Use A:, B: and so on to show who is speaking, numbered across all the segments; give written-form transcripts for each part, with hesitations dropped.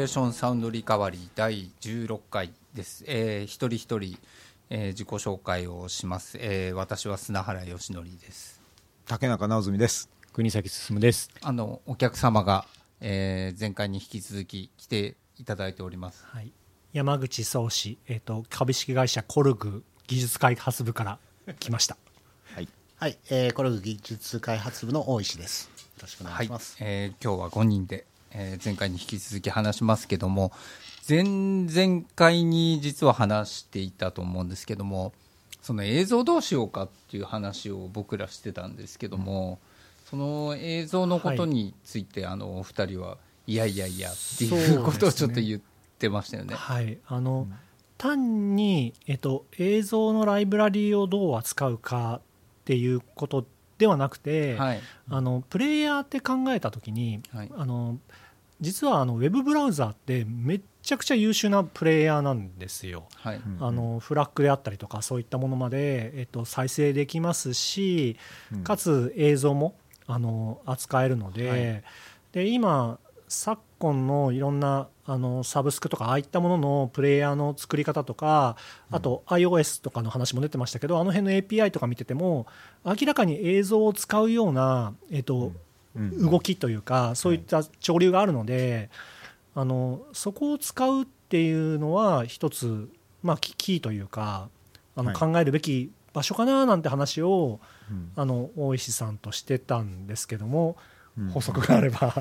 A: ーションサウンドリカバリー第16回です。一人一人、自己紹介をします。私は砂原義則です。
B: 竹中直純です。
C: 国崎進です。
A: お客様が、前回に引き続き来ていただいております。
D: はい、山口壮志、株式会社コルグ技術開発部から来ました
E: はい、コルグ技術開発部の大石です。よろしくお願いします。
A: 今日は5人で、前回に引き続き話しますけども、前々回に実は話していたと思うんですけども、その映像どうしようかっていう話を僕らしてたんですけども、その映像のことについて、お二人はいやいやいやっていうことをちょっと言ってましたよね。
D: はい、単に、映像のライブラリーをどう扱うかっていうことではなくて、
A: はい、
D: プレイヤーって考えたときに、はい、実はウェブブラウザーってめっちゃくちゃ優秀なプレイヤーなんですよ。はい、フラッグであったりとかそういったものまで、再生できますし、かつ映像も扱えるので、はい、で今昨今のいろんなサブスクとかああいったもののプレイヤーの作り方とか、あと iOS とかの話も出てましたけど、あの辺の API とか見てても明らかに映像を使うような、動きというかそういった潮流があるので、そこを使うっていうのは一つ、キーというか考えるべき場所かななんて話を、大石さんとしてたんですけども、補足があれば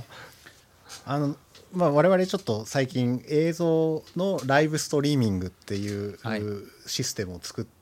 E: 我々ちょっと最近映像のライブストリーミングっていうシステムを作って、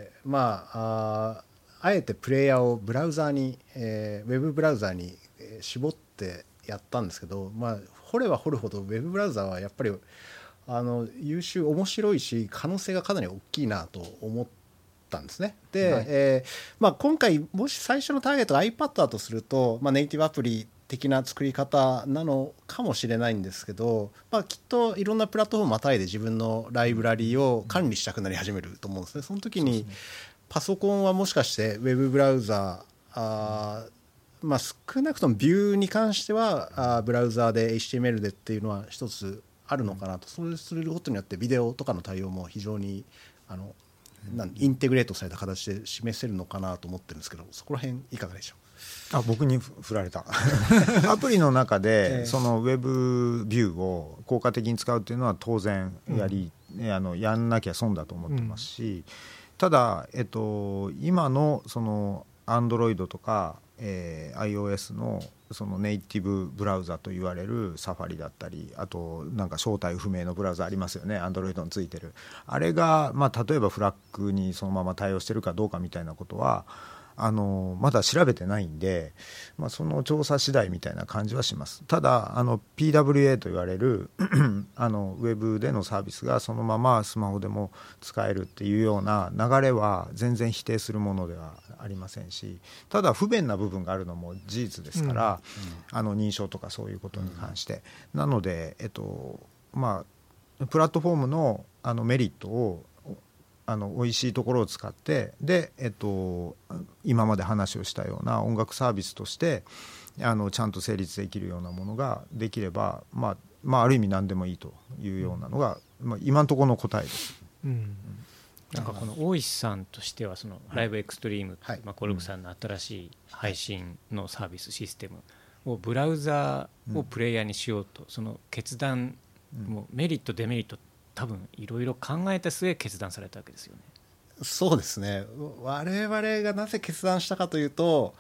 E: あえてプレイヤーをブラウザーに、ウェブブラウザーに絞ってやったんですけど、掘れば掘るほどウェブブラウザーはやっぱり優秀面白いし可能性がかなり大きいなと思ったんですね。で、今回もし最初のターゲットが iPad だとすると、ネイティブアプリ的な作り方なのかもしれないんですけど、きっといろんなプラットフォームまたいで自分のライブラリーを管理したくなり始めると思うんですね。その時にパソコンはもしかしてウェブブラウザー、少なくともビューに関してはブラウザーで HTML でっていうのは一つあるのかなと。それすることによってビデオとかの対応も非常にインテグレートされた形で示せるのかなと思ってるんですけど、そこら辺いかがでしょう。
B: 僕に振られたアプリの中でそのウェブビューを効果的に使うっていうのは当然やんなきゃ損だと思ってますし、ただ、今のその Android とか、iOS のそのネイティブブラウザと言われるサファリだったり、あとなんか正体不明のブラウザありますよね、 Android についてるあれが、例えばフラッグにそのまま対応してるかどうかみたいなことはまだ調べてないんで、その調査次第みたいな感じはします。ただPWA と言われるウェブでのサービスがそのままスマホでも使えるっていうような流れは全然否定するものではありませんし、ただ不便な部分があるのも事実ですから、認証とかそういうことに関して、なので、プラットフォームのメリットを美味しいところを使って、で、今まで話をしたような音楽サービスとしてちゃんと成立できるようなものができれば、ある意味何でもいいというようなのが、今のところの答えです。
C: なんかこの大石さんとしてはそのライブエクストリーム、コルグさんの新しい配信のサービスシステムをブラウザをプレイヤーにしようと、その決断もメリットデメリット多分いろいろ考えた末決断されたわけですよね。
E: そうですね。我々がなぜ決断したかというと、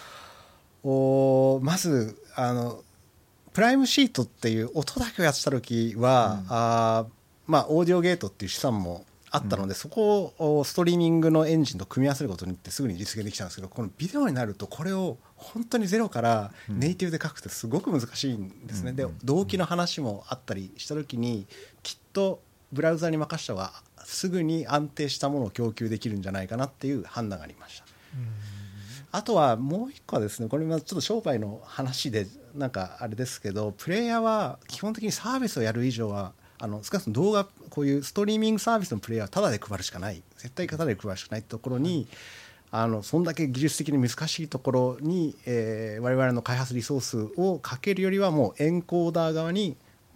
E: まずプライムシートっていう音だけをやってた時は、オーディオゲートっていう資産もあったので、そこをストリーミングのエンジンと組み合わせることによってすぐに実現できたんですけど、このビデオになるとこれを本当にゼロからネイティブで書くってすごく難しいんですね。で、動機の話もあったりした時にきっとブラウザに任せた方がすぐに安定したものを供給できるんじゃないかなっていう判断がありました。あとはもう一個はですね、これはちょっと商売の話でなんかあれですけど、プレイヤーは基本的にサービスをやる以上は少なくとも動画、こういうストリーミングサービスのプレイヤーはタダで配るしかない、絶対タダで配るしかないところに、そんだけ技術的に難しいところに、我々の開発リソースをかけるよりはもうエンコーダー側に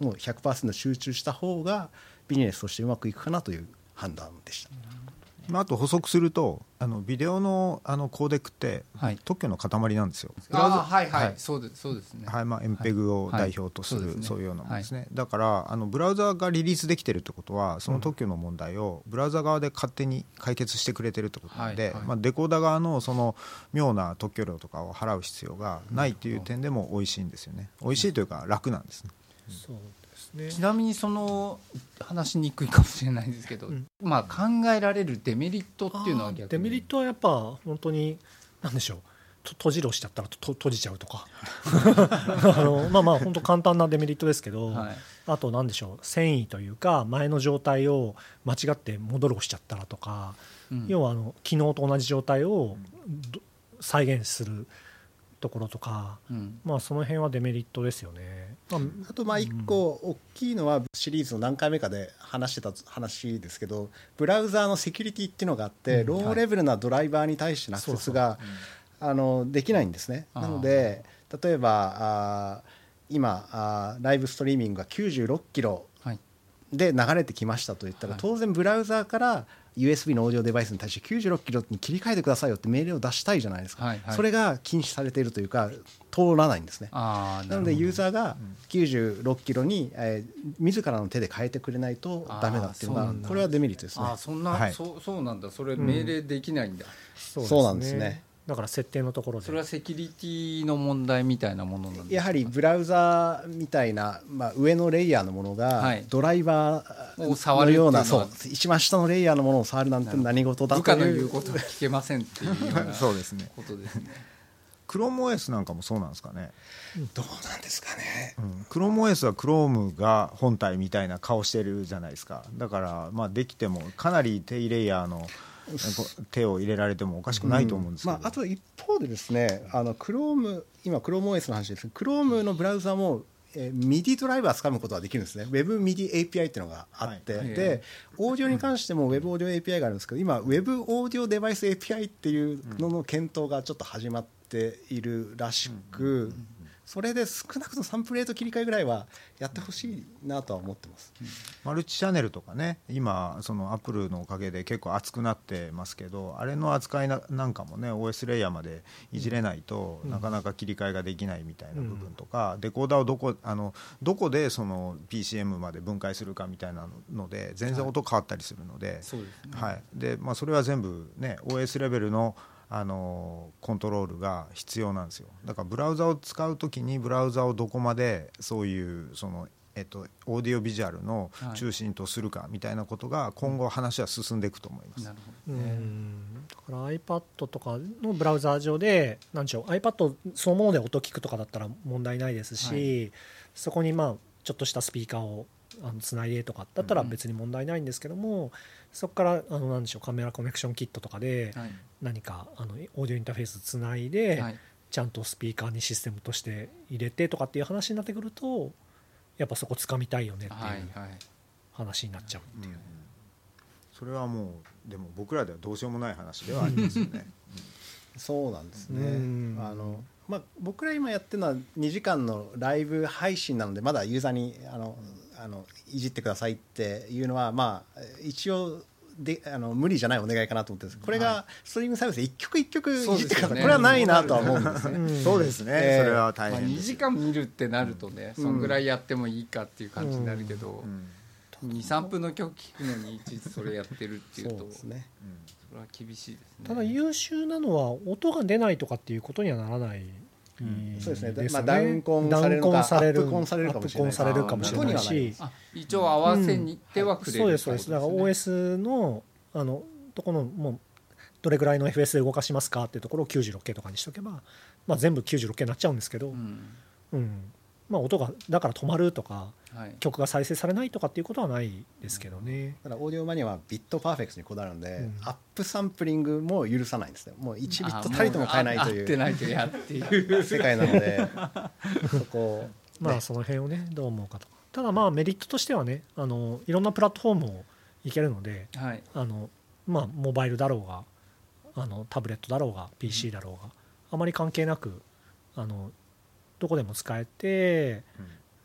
E: もう 100% 集中した方がビジネスとしてうまくいくかなという判断でした。
B: あと補足するとビデオのコーデックって、はい、特許の塊なんですよ。
A: はいはい、そうですね、
B: はい、まあ、MPEG を代表とする、はい、そういうようなものですね、はい、だからブラウザがリリースできてるってことはその特許の問題をブラウザ側で勝手に解決してくれてるってことなので、はいはい、まあ、デコーダ側のその妙な特許料とかを払う必要がないっていう点でも美味しいんですよね。美味しいというか楽なんですね。
D: そう
A: ちなみにその話しにくいかもしれないですけど、まあ、考えられるデメリットっていうのは逆に
D: デメリットはやっぱ本当に何でしょう、閉じろしちゃったら閉じちゃうとかまあ本当簡単なデメリットですけど、はい、あと何でしょう、繊維というか前の状態を間違って戻ろしちゃったらとか、要は昨日と同じ状態を再現するところとか、まあ、その辺はデメリットですよね。
E: あと1個大きいのはシリーズの何回目かで話してた話ですけど、ブラウザーのセキュリティっていうのがあって、ローレベルなドライバーに対してのアクセスができないんですね。なので例えば今ライブストリーミングが96キロで流れてきましたと言ったら、当然ブラウザーから USB のオーディオデバイスに対して96キロに切り替えてくださいよって命令を出したいじゃないですか、はいはい、それが禁止されているというか通らないんですね。なのでユーザーが96キロに、自らの手で変えてくれないとダメだっていうのが、これはデメリットですね。
A: そうなんだ、それ命令できないんだ、
E: そうなんですね。
D: だから設定のところで
A: それはセキュリティの問題みたいなものなんですか。
E: やはりブラウザみたいな、上のレイヤーのものがドライバーのような、そう一番下のレイヤーのものを触るなんて何事だという、
A: 部下の言うことが聞けませんっていうような
B: そうですね、
A: ことですね。
B: ChromeOS なんかもそうなんですかね。
E: どうなんですかね。
B: ChromeOS は Chrome が本体みたいな顔してるじゃないですか。だからできてもかなり低レイヤーの手を入れられてもおかしくないと思うんですけど、
E: あと一方でですね、Chrome、今 ChromeOS の話ですけど、Chrome のブラウザもMIDI ドライバー掴むことができるんですね。 WebMIDI API っていうのがあって、でオーディオに関しても Web オーディオ API があるんですけど、今 Web オーディオデバイス API っていうのの検討がちょっと始まっているらしく、それで少なくともサンプルレート切り替えぐらいはやってほしいなとは思ってます。
B: マルチチャンネルとかね、今そのアップルのおかげで結構熱くなってますけど、あれの扱いなんかもね OS レイヤーまでいじれないとなかなか切り替えができないみたいな部分とか、デコーダーをどこでその PCM まで分解するかみたいなので全然音変わったりするので、それは全部ね OS レベルのコントロールが必要なんですよ。だからブラウザを使うときにブラウザをどこまでそういうオーディオビジュアルの中心とするかみたいなことが今後話は進んでいくと思います。
D: なるほどね。だから iPad とかのブラウザ上で何でしょう、 iPad そのもので音聞くとかだったら問題ないですし、そこにちょっとしたスピーカーをつないでとかだったら別に問題ないんですけども、そこから何でしょう、カメラコネクションキットとかで何かオーディオインターフェースつないでちゃんとスピーカーにシステムとして入れてとかっていう話になってくると、やっぱそこ掴みたいよねっていう話になっちゃうっていう、
B: それはもうでも僕らではどうしようもない話ではありますよね。
E: そうなんですね。僕ら今やってるのは2時間のライブ配信なので、まだユーザーにいじってくださいっていうのは一応で無理じゃないお願いかなと思ってるんです。これがストリーミングサービスで一曲一曲いじってください、これはないなとは思うんですね。
B: そうですね、それは大変です。
A: 2時間見るってなるとね、そんぐらいやってもいいかっていう感じになるけど、2、3分の曲聴くのにいちいちそれやってるっていうと、そうですね、それは厳しいですね。
D: ただ優秀なのは音が出ないとかっていうことにはならない。
E: そうですね。ダウンコンされるのかアップコンされるかもしれないし、
A: 一応合わせにってはくれる。
D: そうです。だから OS のところのもうどれぐらいの FS で動かしますかっていうところを 96K とかにしとけば、全部 96K になっちゃうんですけど、音がだから止まるとか、曲が再生されないとかっていうことはないですけどね。
E: ただオーディオマニアはビットパーフェクトにこだわるので、アップサンプリングも許さないんですね。もう1ビットたりとも変えないという、
A: 合ってないとやっていう
E: 世界なのでそこ
D: その辺をねどう思うかと。ただメリットとしてはね、いろんなプラットフォームをいけるので、モバイルだろうがタブレットだろうが PC だろうが、あまり関係なくどこでも使えて、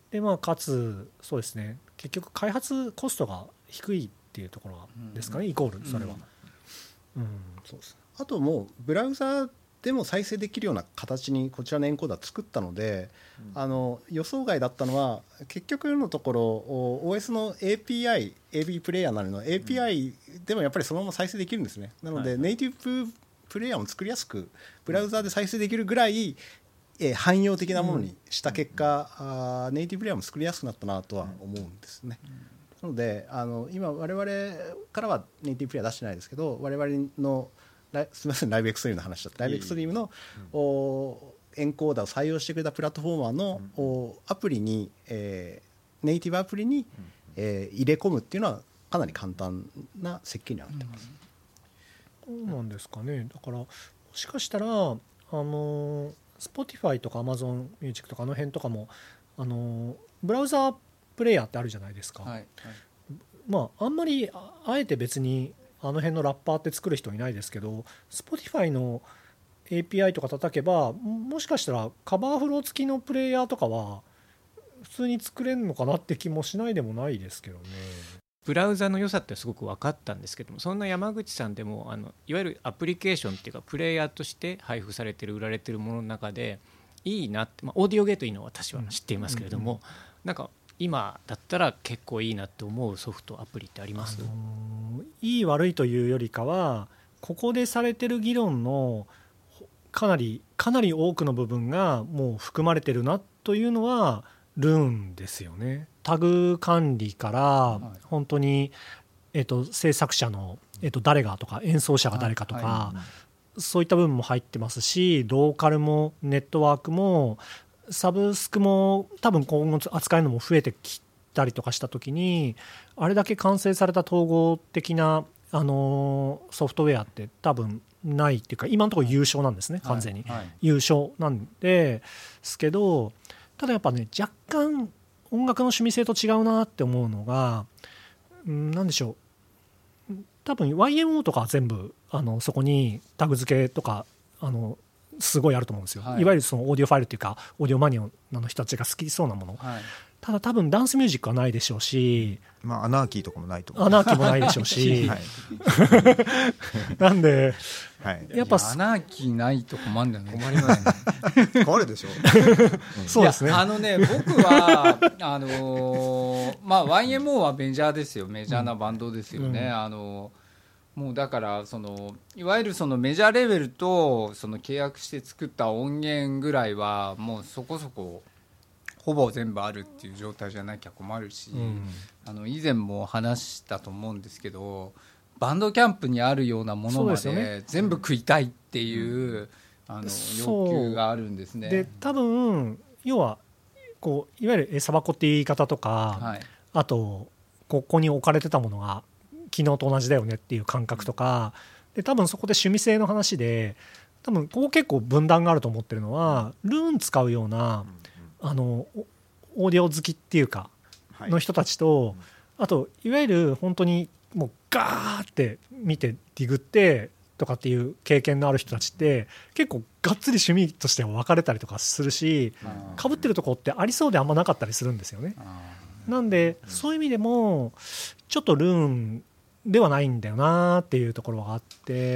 D: でかつそうですね、結局開発コストが低いっていうところですかね、イコールそれは、
E: そうです。あともうブラウザでも再生できるような形にこちらのエンコーダー作ったので、予想外だったのは結局のところ OS の API、AV プレイヤーなりの API でもやっぱりそのまま再生できるんですね。なのでネイティブプレイヤーも作りやすくブラウザで再生できるぐらい汎用的なものにした結果、ネイティブプレイヤーも作りやすくなったなとは思うんですね。なので今我々からはネイティブプレイヤー出してないですけど、我々のすみません、ライブエクストリームの話だった。ライブエクストリームのエンコーダーを採用してくれたプラットフォーマーのアプリに、ネイティブアプリに、入れ込むっていうのはかなり簡単な設計になってます。
D: そうなんですかね。だからもしかしたらSpotify とか Amazon Music とかあの辺とかもブラウザプレイヤーってあるじゃないですか、あんまりあえて別にあの辺のラッパーって作る人いないですけど Spotify の API とか叩けばもしかしたらカバーフロー付きのプレイヤーとかは普通に作れるのかなって気もしないでもないですけどね。
C: ブラウザの良さってすごく分かったんですけども、そんな山口さんでもいわゆるアプリケーションっていうかプレイヤーとして配布されてる売られてるものの中でいいなって、オーディオゲートいいのは私は知っていますけれども、なんか今だったら結構いいなって思うソフトアプリってあります？
D: いい悪いというよりかはここでされてる議論のかなり多くの部分がもう含まれてるなというのはルーンですよね。タグ管理から本当に、制作者の、誰がとか演奏者が誰かとか、そういった部分も入ってますし、ローカルもネットワークもサブスクも多分今後扱えるのも増えてきたりとかした時にあれだけ完成された統合的なソフトウェアって多分ないっていうか今のところ優勝なんですね、完全に、優勝なんですけど、ただやっぱね若干音楽の趣味性と違うなって思うのが、なんでしょう、多分 YMO とかは全部そこにタグ付けとかすごいあると思うんですよ、いわゆるそのオーディオファイルっていうかオーディオマニアの人たちが好きそうなもの、ただ多分ダンスミュージックはないでしょうし、
B: アナーキーとかもないと思う。
D: アナーキーもないでしょうし、なんで、
A: やっぱアナーキーないと困るんだよね。困ります
B: ね。困るでしょ。
D: そうですね。
A: 僕はYMO はメジャーですよ。メジャーなバンドですよね。もうだからいわゆるそのメジャーレベルとその契約して作った音源ぐらいはもうそこそこほぼ全部あるっていう状態じゃなきゃ困るし、以前も話したと思うんですけど、バンドキャンプにあるようなものまで全部食いたいっていう要求があるんですね。
D: で多分要はいわゆる餌箱っていう言い方とか、あとここに置かれてたものが昨日と同じだよねっていう感覚とかで、多分そこで趣味性の話で、多分ここ結構分断があると思ってるのは、ルーン使うようなオーディオ好きっていうかの人たちと、あといわゆる本当にもうガーって見てディグってとかっていう経験のある人たちって結構がっつり趣味としては分かれたりとかするし、被ってるとこってありそうであんまなかったりするんですよね。なんでそういう意味でもちょっとルーンではないんだよなっていうところがあって、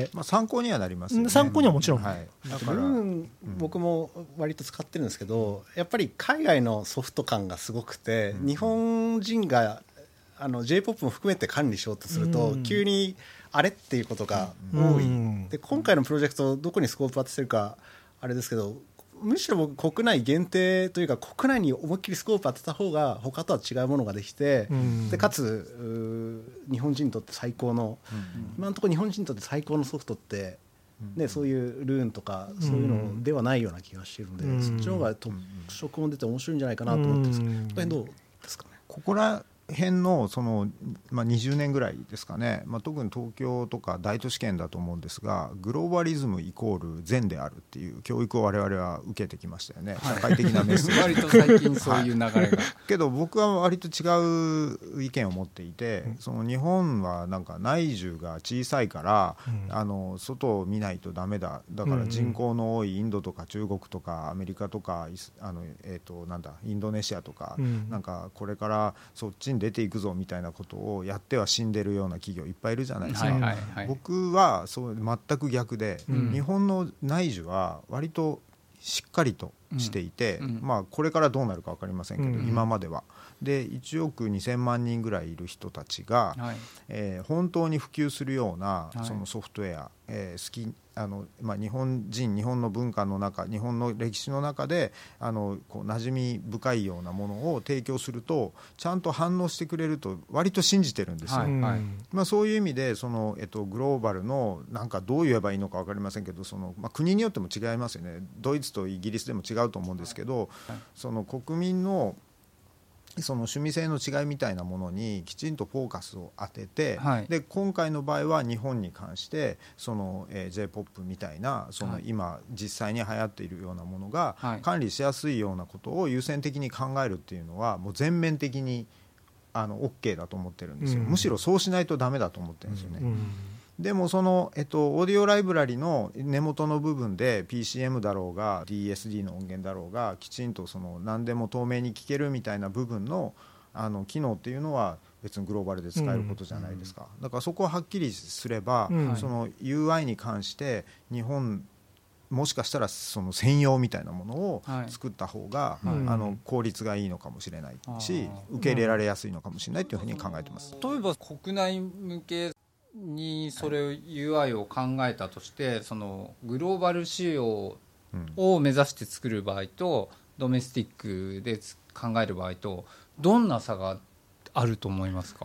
B: 参考にはなりますよね。
D: 参考にはもちろん、
E: だからルーン僕も割と使ってるんですけど、やっぱり海外のソフト感がすごくて、日本人がJ-POP も含めて管理しようとすると、急にあれっていうことが多い、で今回のプロジェクトどこにスコープ当ててるかあれですけど、むしろ僕国内限定というか国内に思いっきりスコープ当てた方が他とは違うものができて、でかつ日本人にとって最高の、今のところ日本人にとって最高のソフトって、そういうルーンとかそういうのではないような気がしているので、そっちの方が特色も出て面白いんじゃないかなと思ってるんですけど、どうですかね。
B: ここら辺のその、20年ぐらいですかね、特に東京とか大都市圏だと思うんですが、グローバリズムイコール善であるっていう教育を我々は受けてきましたよね、社会的なメッセージ
A: 割と最近そういう流れが、
B: けど僕は割と違う意見を持っていて、その日本はなんか内需が小さいから、外を見ないとダメだ、だから人口の多いインドとか中国とかアメリカとかなんだインドネシアとか、なんかこれからそっちに出ていくぞみたいなことをやっては死んでるような企業いっぱいいるじゃないですか、僕はそう全く逆で、日本の内需は割としっかりとしていて、これからどうなるか分かりませんけど、今まではで1億2000万人ぐらいいる人たちが、本当に普及するようなそのソフトウェア、日本の文化の中、日本の歴史の中でこう馴染み深いようなものを提供するとちゃんと反応してくれると割と信じてるんですよ、そういう意味でその、グローバルのなんかどう言えばいいのか分かりませんけど、その、国によっても違いますよね。ドイツとイギリスでも違うと思うんですけど、その国民のその趣味性の違いみたいなものにきちんとフォーカスを当てて、で今回の場合は日本に関してその、J-POP みたいなその今実際に流行っているようなものが管理しやすいようなことを優先的に考えるっていうのはもう全面的にOK だと思ってるんですよ、むしろそうしないとダメだと思ってるんですよね、でもその、オーディオライブラリの根元の部分で PCM だろうが DSD の音源だろうがきちんとその何でも透明に聞けるみたいな部分の、機能っていうのは別にグローバルで使えることじゃないですか、だからそこははっきりすれば、その UI に関して日本もしかしたらその専用みたいなものを作った方が、効率がいいのかもしれないし、受け入れられやすいのかもしれないというふうに考えてます。
A: 例えば国内向けにそれを UI を考えたとして、そのグローバル仕様を目指して作る場合と、ドメスティックで考える場合とどんな差があると思いますか？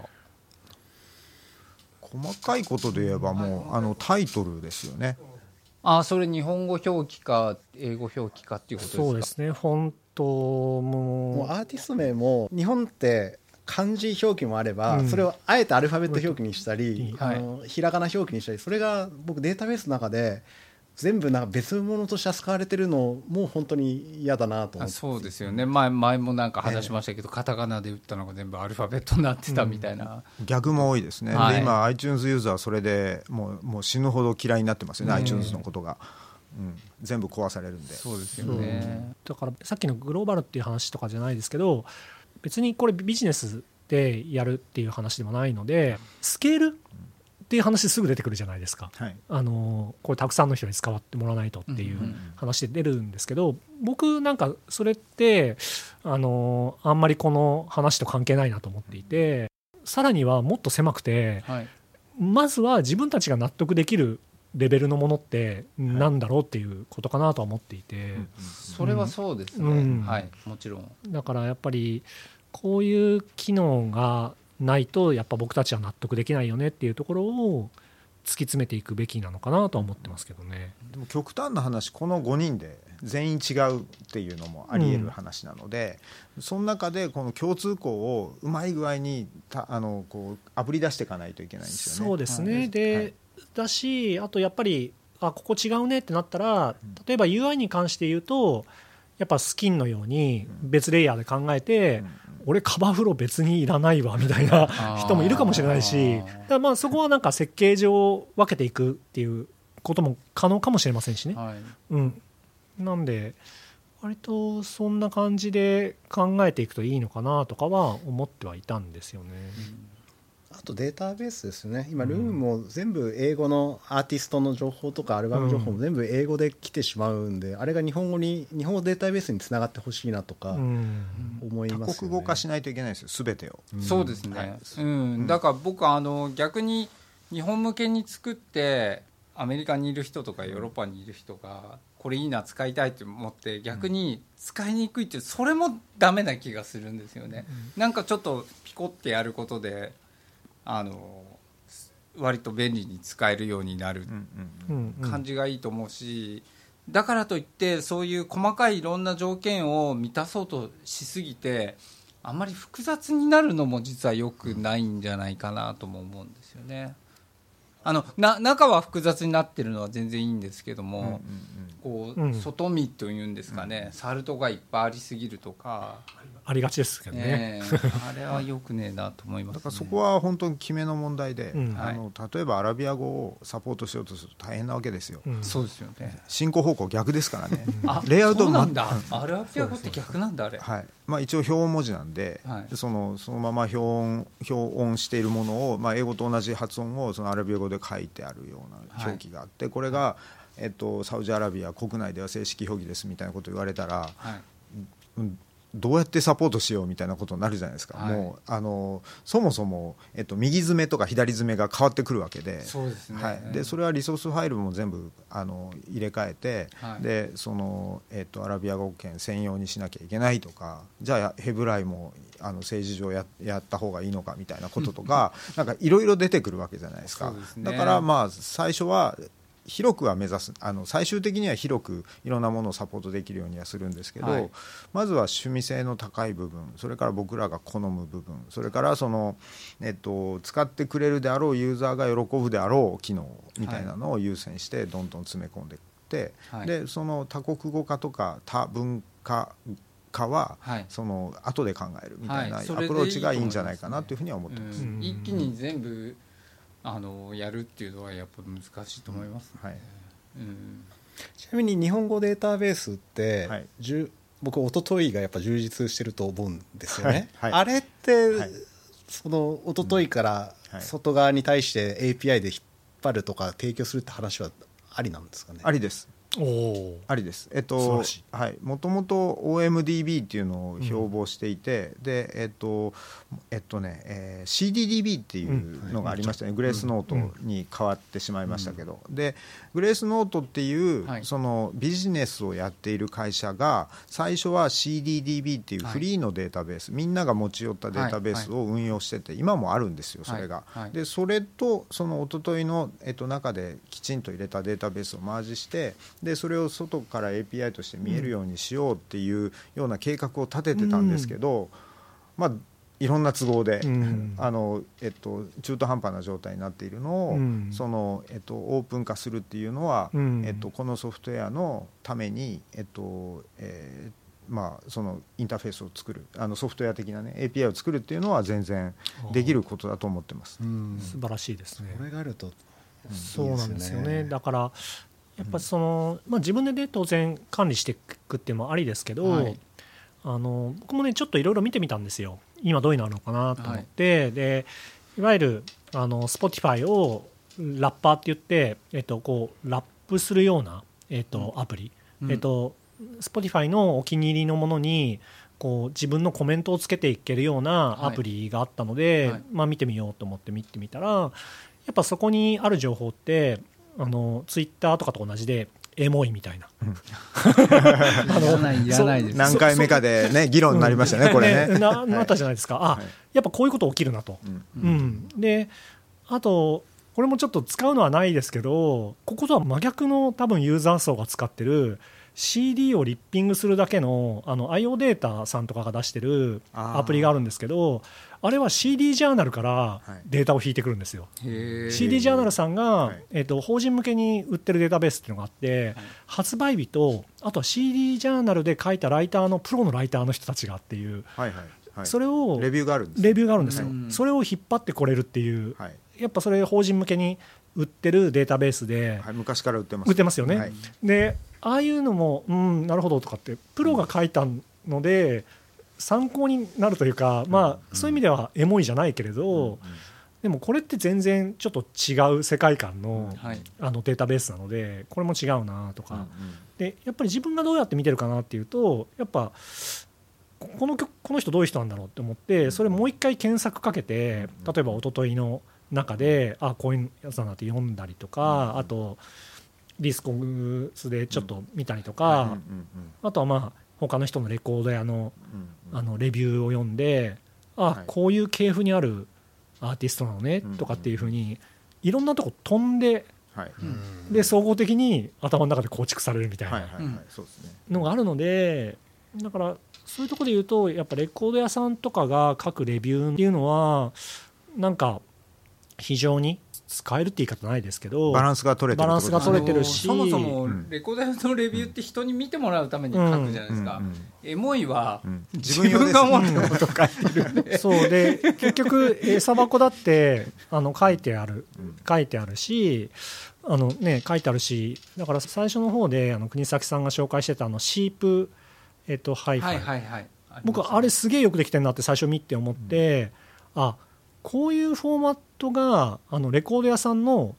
B: 細かいことで言えばもうタイトルですよね。
A: それ日本語表記か英語表記かっていうことですか？
D: そうですね。フォントも
E: アーティスト名も日本って漢字表記もあれば、それをあえてアルファベット表記にしたり、ひらがな表記にしたり、それが僕データベースの中で全部なんか別物として扱われてるのも本当に嫌だなと思って。
A: そうですよね。前もなんか話しましたけど、カタカナで打ったのが全部アルファベットになってたみたいな、
B: 逆も多いですね、で今 iTunes ユーザーはそれでもう死ぬほど嫌いになってますよね、iTunes のことが、全部壊されるんで。
A: そうですよね。
D: だからさっきのグローバルっていう話とかじゃないですけど、別にこれビジネスでやるっていう話でもないので、スケールっていう話すぐ出てくるじゃないですか、これたくさんの人に使ってもらわないとっていう話で出るんですけど、僕なんかそれってあんまりこの話と関係ないなと思っていて、さらにはもっと狭くて、まずは自分たちが納得できるレベルのものってなんだろうっていうことかなとは思っていて、
A: それはそうですね、もちろん。
D: だからやっぱりこういう機能がないとやっぱ僕たちは納得できないよねっていうところを突き詰めていくべきなのかなとは思ってますけどね。
B: でも極端な話、この5人で全員違うっていうのもあり得る話なので、その中でこの共通項をうまい具合にこうあぶり出していかないといけないんですよね。
D: そうですね、で、だし、あとやっぱりここ違うねってなったら、例えば UI に関して言うとやっぱスキンのように別レイヤーで考えて、俺カバーフロー別にいらないわみたいな人もいるかもしれないし、だからまあそこはなんか設計上分けていくっていうことも可能かもしれませんしね、なんで割とそんな感じで考えていくといいのかなとかは思ってはいたんですよね。
E: あとデータベースですね。今ルームも全部英語のアーティストの情報とかアルバム情報も全部英語で来てしまうんで、あれが日本語データベースにつながってほしいなとか思いますよね。
B: 多国語化しないといけないですよ、全てを。
A: そうですね、だから僕逆に日本向けに作ってアメリカにいる人とかヨーロッパにいる人がこれいいな使いたいと思って逆に使いにくいって、それもダメな気がするんですよね。なんかちょっとピコってやることで割と便利に使えるようになる感じがいいと思うし、だからといってそういう細かいいろんな条件を満たそうとしすぎてあんまり複雑になるのも実は良くないんじゃないかなとも思うんですよね。中は複雑になってるのは全然いいんですけども、こう外見というんですかね、サルトがいっぱいありすぎるとか
D: ありがちですけどね、
A: あれはよくねえなと思います、ね、
B: だからそこは本当に決めの問題で、例えばアラビア語をサポートしようとすると大変なわけですよ、
A: そうですよね。
B: 進行方向逆ですからね
A: レイアウトそうなんだ、アラビア語って逆なんだあれ、
B: 一応表音文字なんで、そのまま表音しているものを、英語と同じ発音をそのアラビア語で書いてあるような表記があって、これが、サウジアラビア国内では正式表記ですみたいなことを言われたら、どうやってサポートしようみたいなことになるじゃないですか、もうそもそも、右詰めとか左詰めが変わってくるわけで、
A: そうですね、
B: でそれはリソースファイルも全部入れ替えて、でその、アラビア語圏専用にしなきゃいけないとか、じゃあヘブライも政治上 やった方がいいのかみたいなこととかなんかいろいろ出てくるわけじゃないですか。だから最初は広くは目指す、最終的には広くいろんなものをサポートできるようにはするんですけど、まずは趣味性の高い部分、それから僕らが好む部分、それからその、使ってくれるであろうユーザーが喜ぶであろう機能みたいなのを優先してどんどん詰め込んでいって、でその多国語化とか多文化化は、その後で考えるみたいなアプローチがいいんじゃないかなというふうには思ってます。
A: 一気に全部やるっていうのはやっぱ難しいと思います、
E: ちなみに日本語データベースって、僕一昨日がやっぱ充実してると思うんですよね、あれって、その一昨日から外側に対して API で引っ張るとか提供するって話はありなんですかね。
B: ありです。ありです。もともと OMDB っていうのを標榜していて、でCDDB っていうのがありましたね、グレースノートに変わってしまいましたけど、でグレースノートっていう、そのビジネスをやっている会社が最初は CDDB っていうフリーのデータベース、みんなが持ち寄ったデータベースを運用してて、今もあるんですよそれが、でそれとその一昨日の中できちんと入れたデータベースをマージして、でそれを外から API として見えるようにしようっていうような計画を立ててたんですけど、いろんな都合で、中途半端な状態になっているのを、そのオープン化するっていうのは、このソフトウェアのために、そのインターフェースを作る、ソフトウェア的な、API を作るっていうのは全然できることだと思ってます。
D: 素晴らしいですね。
E: これがあると
D: そうなんですよね。だからやっぱその、自分で、当然管理していくっていうのもありですけど、僕もねちょっといろいろ見てみたんですよ。今どういうのあるのかなと思って、でいわゆるSpotify をラッパーって言って、こうラップするような、アプリ、Spotify のお気に入りのものにこう自分のコメントをつけていけるようなアプリがあったので、見てみようと思って見てみたら、やっぱそこにある情報ってツイッターとかと同じでエモいみたいな、
A: いらないです。
B: 何回目かでね議論になりましたね、これね
D: なったじゃないですか。やっぱこういうこと起きるなと、であとこれもちょっと使うのはないですけど、こことは真逆の多分ユーザー層が使ってる CD をリッピングするだけのIO データさんとかが出してるアプリがあるんですけど、あれは CD ジャーナルからデータを引いてくるんですよ。CD ジャーナルさんが、法人向けに売ってるデータベースっていうのがあって、発売日とあとは CD ジャーナルで書いたライターのプロのライターの人たちがっていう、それを
B: レビューがあるんです
D: よ。それを引っ張ってこれるっていう、やっぱそれ法人向けに売ってるデータベースで、
B: 昔から売って
D: ますよね。でああいうのもなるほどとかってプロが書いたので参考になるというか、そういう意味ではエモいじゃないけれど、でもこれって全然ちょっと違う世界観の、データベースなので、これも違うなとか、でやっぱり自分がどうやって見てるかなっていうと、やっぱこの人どういう人なんだろうって思って、それもう一回検索かけて、例えば一昨日の中でこういうやつだなって読んだりとか、あとディスコグスでちょっと見たりとか、あとは他の人のレコード屋のレビューを読んで、こういう系譜にあるアーティストなのねとかっていう風にいろんなとこ飛んで、で総合的に頭の中で構築されるみたいなのがあるので、 だからそういうところで言うとやっぱレコード屋さんとかが書くレビューっていうのはなんか非常に使えるって言い方ないですけど
B: バランスが取れてる
D: し、
A: そもそもレコード屋のレビューって人に見てもらうために書くじゃないですか、エモいは自分が思ったこと書いてるんで、
D: そうで結局餌箱だって書いてあるし書いてあるし、だから最初の方で国崎さんが紹介してたシープハイファイ、僕あれすげえよくできてるなって最初見て思って、こういうフォーマットがレコード屋さんの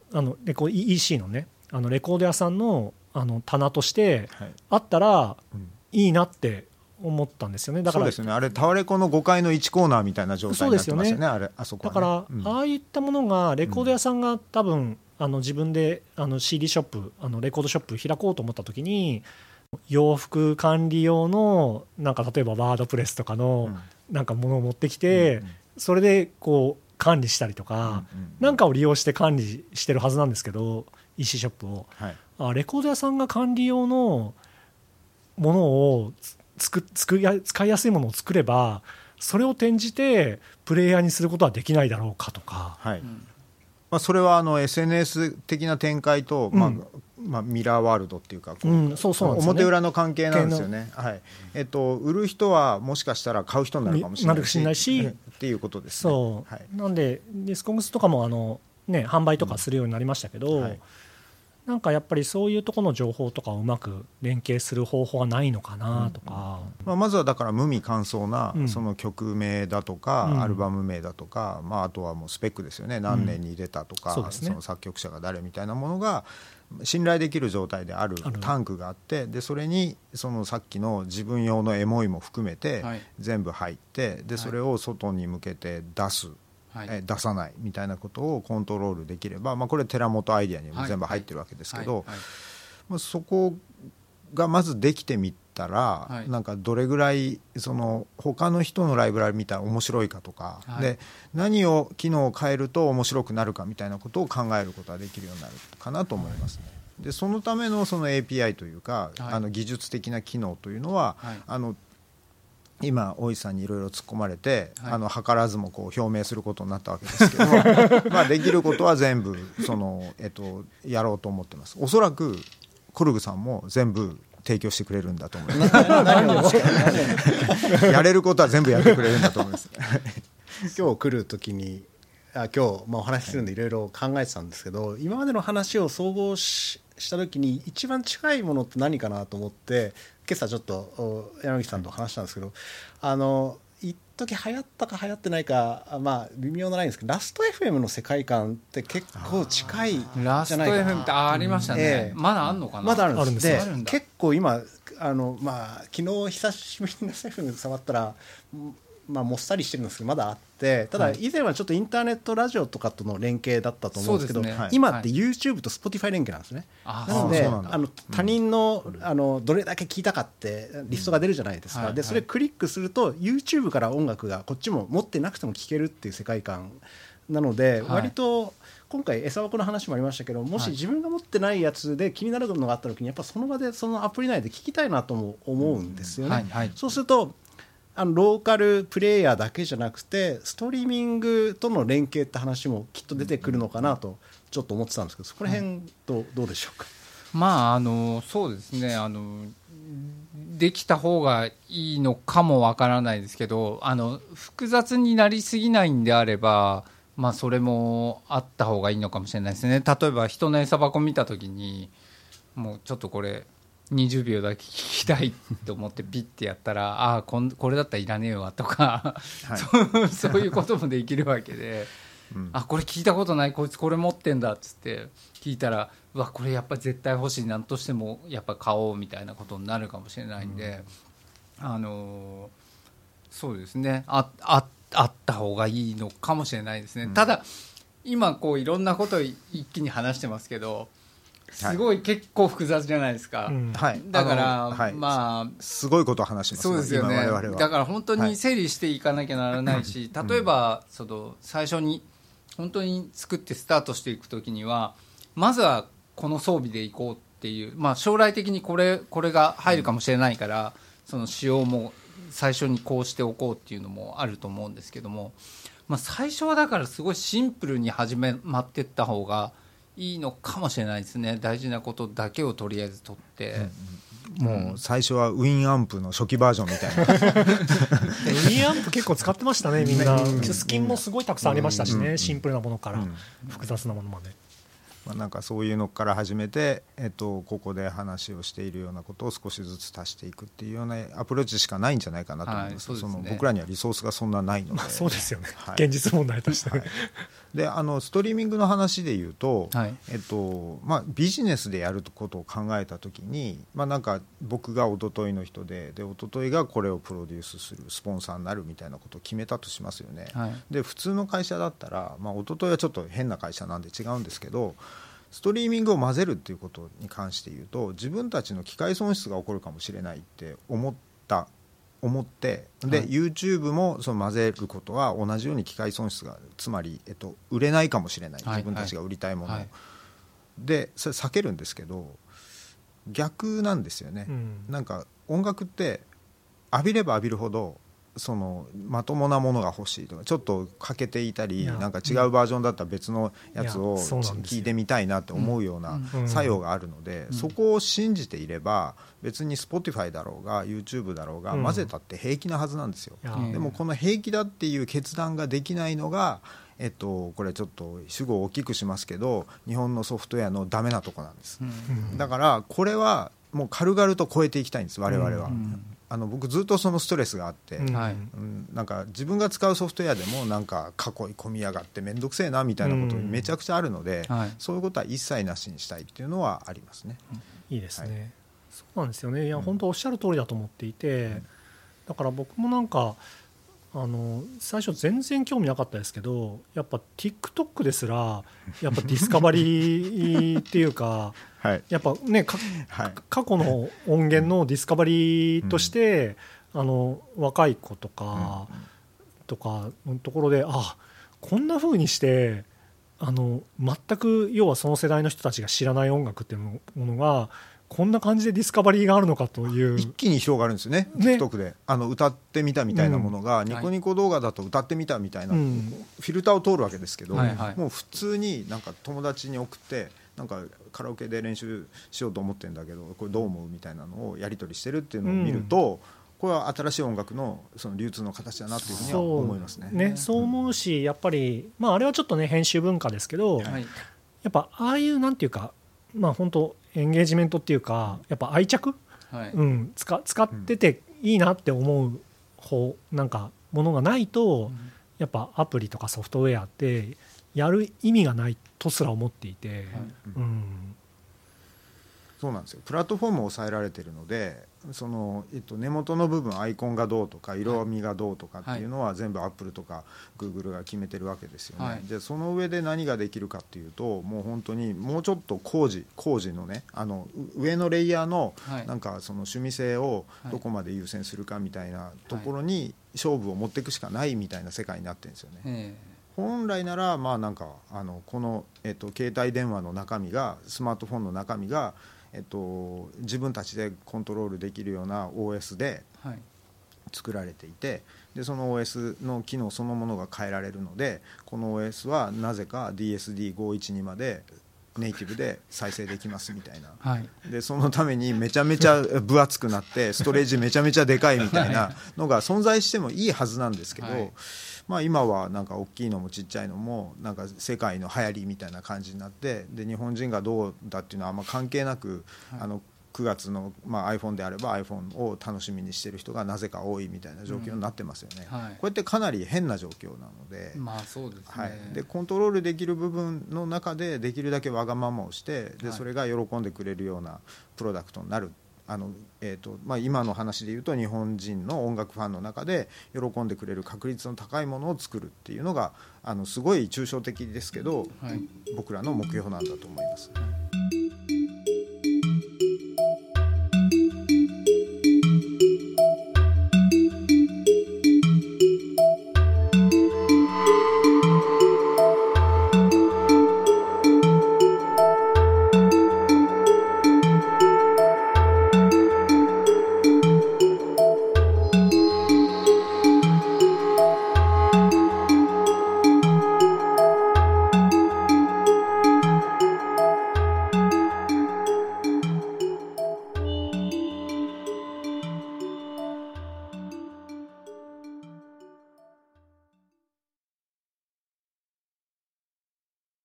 D: EC のねレコード屋さんの棚としてあったらいいなって思ったんですよね。だから
B: そうですね、あれタワレコの5階の1コーナーみたいな状態になってますよね、あそこはね。
D: だから、ああいったものがレコード屋さんが多分自分でCD ショップレコードショップ開こうと思った時に洋服管理用のなんか例えばワードプレスとかのなんかものを持ってきて、それでこう管理したりとか、なんかを利用して管理してるはずなんですけど EC ショップを、レコード屋さんが管理用のものを使いやすいものを作ればそれを転じてプレイヤーにすることはできないだろうかとか、
B: それはSNS 的な展開と、ミラーワールドっていうか表裏の関係なんですよね。売る人はもしかしたら買う人になるかもしれないしっていうことですね。
D: なんでディスコグスとかも販売とかするようになりましたけど、なんかやっぱりそういうところの情報とかをうまく連携する方法はないのかなとか、
B: まずはだから無味乾燥なその曲名だとか、アルバム名だとか、あとはもうスペックですよね、何年に出たとか、その作曲者が誰みたいなものが信頼できる状態であるタンクがあって、でそれにそのさっきの自分用のエモいも含めて全部入って、でそれを外に向けて出す、出さないみたいなことをコントロールできれば、これ寺本アイデアにも全部入ってるわけですけど、そこがまずできてみたら、なんかどれぐらいその他の人のライブラリ見たら面白いかとか、で何を機能を変えると面白くなるかみたいなことを考えることができるようになるかなと思いますね。でそのためのその API というか、技術的な機能というのは、今大石さんにいろいろ突っ込まれて、図らずもこう表明することになったわけですけどできることは全部やろうと思ってます。おそらくコルグさんも全部提供してくれるんだと思いますやれることは全部やってくれるんだと思います
E: 今日来る時に今日お話しするんでいろいろ考えてたんですけど、今までの話を総合した時に一番近いものって何かなと思って今朝ちょっと山口さんと話したんですけど、一時流行ったか流行ってないか微妙なラインですけど、ラスト FM の世界観って結構近いじゃないかな。
A: ラスト FM ってありましたね、まだあるのかな。
E: まだあるんです。で結構今昨日久しぶりにラスト FM 触ったらもっさりしてるんですけどまだあって、ただ以前はちょっとインターネットラジオとかとの連携だったと思うんですけど、今って YouTube と Spotify 連携なんですね。なので他人のどれだけ聞いたかってリストが出るじゃないですか。でそれクリックすると YouTube から音楽がこっちも持ってなくても聴けるっていう世界観なので、割と今回餌箱の話もありましたけど、もし自分が持ってないやつで気になるのがあった時にやっぱその場でそのアプリ内で聞きたいなとも思うんですよね。そうするとローカルプレイヤーだけじゃなくてストリーミングとの連携って話もきっと出てくるのかなとちょっと思ってたんですけど、そこら辺どうでしょうか。
A: そうですね、できた方がいいのかもわからないですけど、複雑になりすぎないんであれば、それもあった方がいいのかもしれないですね。例えば人の餌箱見たときにもうちょっとこれ20秒だけ聞きたいと思ってピッてやったらこれだったらいらねえわとか、そういうこともできるわけで、これ聞いたことない、こいつこれ持ってんだっつって聞いたら、これやっぱり絶対欲しい、なんとしてもやっぱ買おうみたいなことになるかもしれないんで、そうですね、あった方がいいのかもしれないですね。ただ今こういろんなことを一気に話してますけど、すごい結構複雑じゃないですか。だから
B: すごいことを話します。
A: そうですよね。だから本当に整理していかなきゃならないし、例えば最初に本当に作ってスタートしていくときにはまずはこの装備でいこうっていう、将来的にこれが入るかもしれないから、 その仕様も最初にこうしておこうっていうのもあると思うんですけども、最初はだからすごいシンプルに始まっていった方がいいのかもしれないですね。大事なことだけをとりあえず取って、
B: もう最初はウィンアンプの初期バージョンみたいなウ
D: ィンアンプ結構使ってましたねみんな。スキンもすごいたくさんありましたしね、シンプルなものから複雑なものまで。
B: なんかそういうのから始めて、ここで話をしているようなことを少しずつ足していくっていうようなアプローチしかないんじゃないかなと思います。
A: はい、そうですね。
B: 僕らにはリソースがそんなないので、
D: そうですよね、はい、現実問題として、はい、
B: でストリーミングの話でいうと、
A: はい、
B: ビジネスでやることを考えたときに、なんか僕が一昨日の人で一昨日がこれをプロデュースするスポンサーになるみたいなことを決めたとしますよね、はい、で普通の会社だったら、一昨日はちょっと変な会社なんで違うんですけど、ストリーミングを混ぜるっていうことに関して言うと、自分たちの機械損失が起こるかもしれないって思って、で、はい、YouTube もその混ぜることは同じように機械損失が、つまり、売れないかもしれない、自分たちが売りたいものを、はいはい、でそれ避けるんですけど、逆なんですよね、なんか音楽って浴びれば浴びるほどそのまともなものが欲しいとか、ちょっと欠けていたり、なんか違うバージョンだったら別のやつを聞いてみたいなって思うような作用があるので、そこを信じていれば別に Spotify だろうが YouTube だろうが混ぜたって平気なはずなんですよ。でもこの平気だっていう決断ができないのが、これちょっと主語を大きくしますけど、日本のソフトウェアのダメなとこなんです。だからこれはもう軽々と超えていきたいんです、我々は。僕ずっとそのストレスがあって、なんか自分が使うソフトウェアでもなんか囲い込みやがって面倒くせえなみたいなことめちゃくちゃあるので、そういうことは一切なしにしたいっていうのはありますね。
D: いいですね、はい、そうなんですよね。いや本当おっしゃる通りだと思っていて、だから僕もなんか最初全然興味なかったですけど、やっぱ TikTok ですらやっぱディスカバリーっていうかはい、やっぱねはい、過去の音源のディスカバリーとして、若い子とかのところで、こんな風にして全く要はその世代の人たちが知らない音楽っていうものがこんな感じでディスカバリーがあるのかという、
B: 一気に広がるんですよね。 TikTok で歌ってみたみたいなものが、ニコニコ動画だと歌ってみたみたいな、フィルターを通るわけですけど、もう普通になんか友達に送ってなんかカラオケで練習しようと思ってるんだけどこれどう思うみたいなのをやり取りしてるっていうのを見ると、これは新しい音楽のその流通の形だなというふうには思いますね。
D: そう思うし、やっぱり、あれはちょっとね編集文化ですけど、やっぱああいうなんていうか、本当エンゲージメントっていうか、やっぱ愛着、使ってていいなって思うなんかものがないと、やっぱアプリとかソフトウェアってやる意味がないとすら思っていて、
B: そうなんですよ。プラットフォームを抑えられているので、その、根元の部分アイコンがどうとか色味がどうとかっていうのは全部アップルとかグーグルが決めてるわけですよね。でその上で何ができるかっていうと、もう本当にもうちょっと工事のね、上のレイヤーのなんかその趣味性をどこまで優先するかみたいなところに勝負を持っていくしかないみたいな世界になってるんですよね。本来ならなんかこの、携帯電話の中身が、スマートフォンの中身が自分たちでコントロールできるような OS で作られていて、でその OS の機能そのものが変えられるので、この OS はなぜか DSD512 までネイティブで再生できますみたいな、でそのためにめちゃめちゃ分厚くなってストレージめちゃめちゃでかいみたいなのが存在してもいいはずなんですけど、今はなんか大きいのもちっちゃいのもなんか世界の流行りみたいな感じになって、で日本人がどうだっていうのはあんま関係なく、9月の、iPhone であれば iPhone を楽しみにしてる人がなぜか多いみたいな状況になってますよね。こうやってかなり変な状況なので、
A: そうですね。
B: でコントロールできる部分の中でできるだけわがままをして、でそれが喜んでくれるようなプロダクトになる。今の話で言うと日本人の音楽ファンの中で喜んでくれる確率の高いものを作るっていうのがすごい抽象的ですけど、僕らの目標なんだと思います。